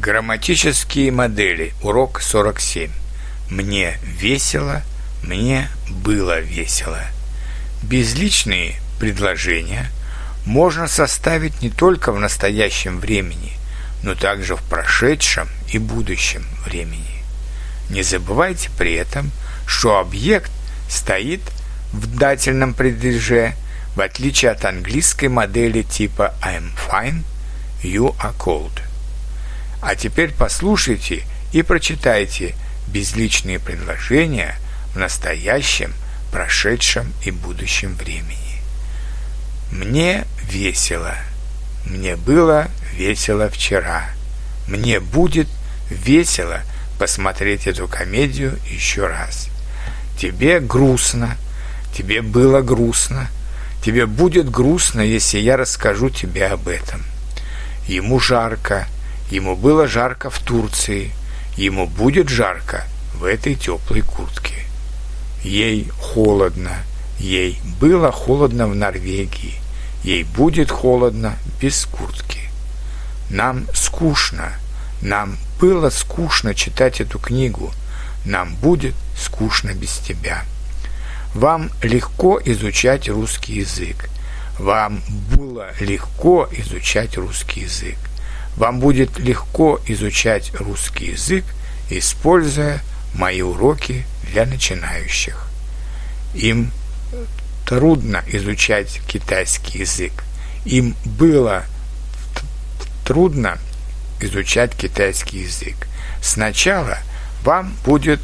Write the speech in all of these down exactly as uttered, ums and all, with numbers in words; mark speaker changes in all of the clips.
Speaker 1: Грамматические модели. Урок сорок семь. Мне весело, мне было весело. Безличные предложения можно составить не только в настоящем времени, но также в прошедшем и будущем времени. Не забывайте при этом, что объект стоит в дательном падеже, в отличие от английской модели типа I'm fine, you are cold. А теперь послушайте и прочитайте безличные предложения в настоящем, прошедшем и будущем времени. Мне весело. Мне было весело вчера. Мне будет весело посмотреть эту комедию еще раз. Тебе грустно. Тебе было грустно. Тебе будет грустно, если я расскажу тебе об этом. Ему жарко. Ему было жарко в Турции. Ему будет жарко в этой теплой куртке. Ей холодно. Ей было холодно в Норвегии. Ей будет холодно без куртки. Нам скучно. Нам было скучно читать эту книгу. Нам будет скучно без тебя. Вам легко изучать русский язык. Вам было легко изучать русский язык. Вам будет легко изучать русский язык, используя мои уроки для начинающих. Им трудно изучать китайский язык. Им было трудно изучать китайский язык. Сначала вам будет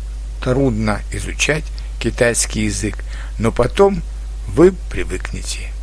Speaker 1: трудно изучать китайский язык, но потом вы привыкнете.